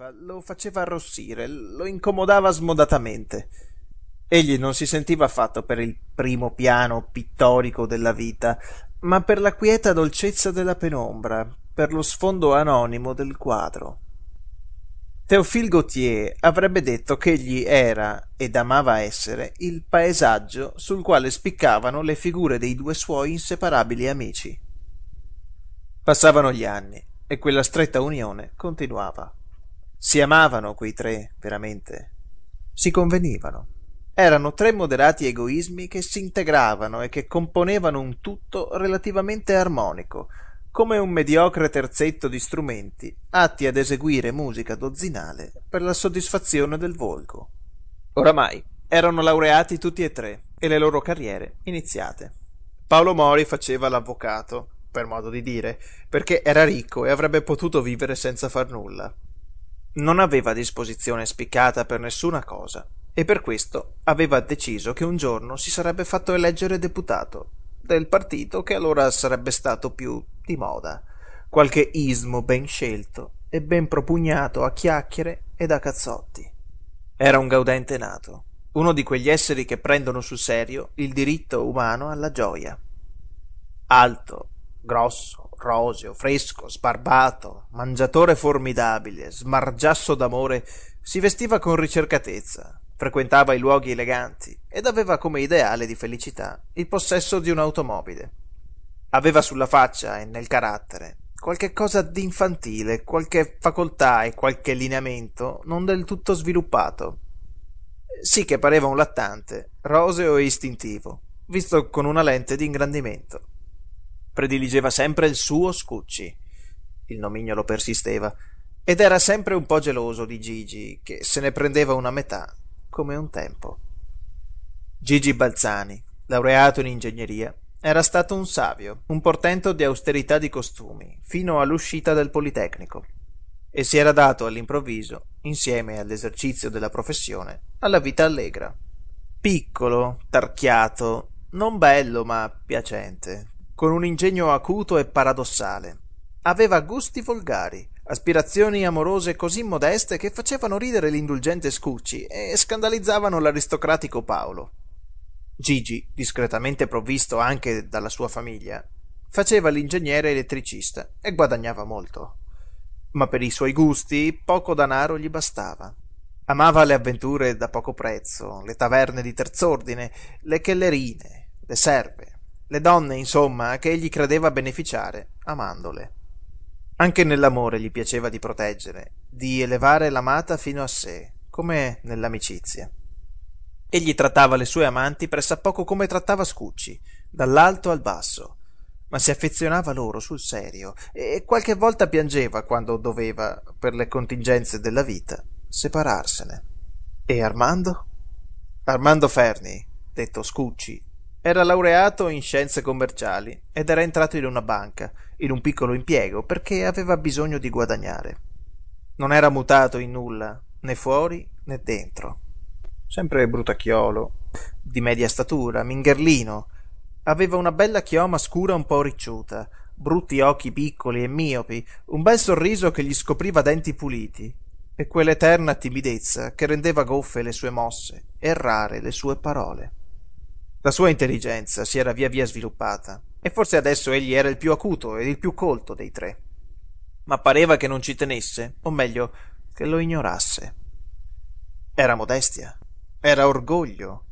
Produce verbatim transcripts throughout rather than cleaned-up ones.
infastideva, lo faceva arrossire, lo incomodava smodatamente. Egli non si sentiva affatto per il primo piano pittorico della vita, ma per la quieta dolcezza della penombra, per lo sfondo anonimo del quadro. Théophile Gautier avrebbe detto che egli era, ed amava essere, il paesaggio sul quale spiccavano le figure dei due suoi inseparabili amici. Passavano gli anni e quella stretta unione continuava. Si amavano quei tre, veramente. Si convenivano. Erano tre moderati egoismi che si integravano e che componevano un tutto relativamente armonico, come un mediocre terzetto di strumenti atti ad eseguire musica dozzinale per la soddisfazione del volgo. Oramai erano laureati tutti e tre e le loro carriere iniziate. Paolo Mori faceva l'avvocato, per modo di dire, perché era ricco e avrebbe potuto vivere senza far nulla. Non aveva disposizione spiccata per nessuna cosa e per questo aveva deciso che un giorno si sarebbe fatto eleggere deputato del partito che allora sarebbe stato più di moda, qualche ismo ben scelto e ben propugnato a chiacchiere ed a cazzotti. Era un gaudente nato, uno di quegli esseri che prendono sul serio il diritto umano alla gioia. Alto, grosso, roseo, fresco, sbarbato, mangiatore formidabile, smargiasso d'amore, si vestiva con ricercatezza, frequentava i luoghi eleganti ed aveva come ideale di felicità il possesso di un'automobile. Aveva sulla faccia e nel carattere qualche cosa d'infantile, qualche facoltà e qualche lineamento non del tutto sviluppato. Sì che pareva un lattante, roseo e istintivo, visto con una lente di ingrandimento. Prediligeva sempre il suo Scucci, il nomignolo persisteva, ed era sempre un po' geloso di Gigi, che se ne prendeva una metà, come un tempo. Gigi Balzani, laureato in ingegneria, era stato un savio, un portento di austerità di costumi, fino all'uscita del Politecnico, e si era dato all'improvviso, insieme all'esercizio della professione, alla vita allegra. Piccolo, tarchiato, non bello ma piacente, con un ingegno acuto e paradossale. Aveva gusti volgari, aspirazioni amorose così modeste che facevano ridere l'indulgente Scucci e scandalizzavano l'aristocratico Paolo. Gigi, discretamente provvisto anche dalla sua famiglia, faceva l'ingegnere elettricista e guadagnava molto. Ma per i suoi gusti poco danaro gli bastava. Amava le avventure da poco prezzo, le taverne di terz'ordine, le chellerine, le serve, le donne, insomma, che egli credeva beneficiare, amandole. Anche nell'amore gli piaceva di proteggere, di elevare l'amata fino a sé, come nell'amicizia. Egli trattava le sue amanti pressappoco come trattava Scucci, dall'alto al basso, ma si affezionava loro sul serio e qualche volta piangeva quando doveva, per le contingenze della vita, separarsene. E Armando? Armando Ferni, detto Scucci, era laureato in scienze commerciali ed era entrato in una banca, in un piccolo impiego, perché aveva bisogno di guadagnare. Non era mutato in nulla, né fuori né dentro. Sempre brutacchiolo, di media statura, mingherlino. Aveva una bella chioma scura un po' ricciuta, brutti occhi piccoli e miopi, un bel sorriso che gli scopriva denti puliti, e quell'eterna timidezza che rendeva goffe le sue mosse e rare le sue parole. La sua intelligenza si era via via sviluppata, e forse adesso egli era il più acuto ed il più colto dei tre. Ma pareva che non ci tenesse, o meglio, che lo ignorasse. Era modestia, era orgoglio,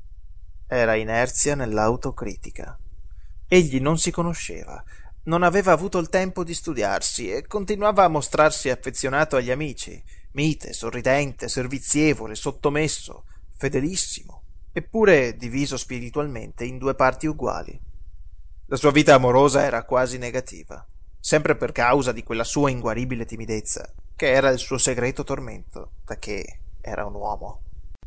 era inerzia nell'autocritica. Egli non si conosceva, non aveva avuto il tempo di studiarsi e continuava a mostrarsi affezionato agli amici, mite, sorridente, servizievole, sottomesso, fedelissimo, eppure diviso spiritualmente in due parti uguali. La sua vita amorosa era quasi negativa, sempre per causa di quella sua inguaribile timidezza, che era il suo segreto tormento, da che era un uomo.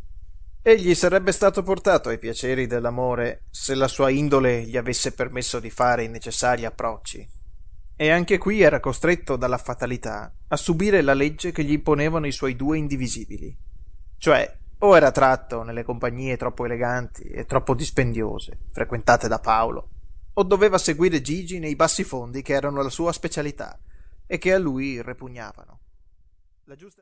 Egli sarebbe stato portato ai piaceri dell'amore se la sua indole gli avesse permesso di fare i necessari approcci. E anche qui era costretto dalla fatalità a subire la legge che gli imponevano i suoi due indivisibili. Cioè, o era tratto nelle compagnie troppo eleganti e troppo dispendiose, frequentate da Paolo, o doveva seguire Gigi nei bassi fondi che erano la sua specialità e che a lui repugnavano. La giusta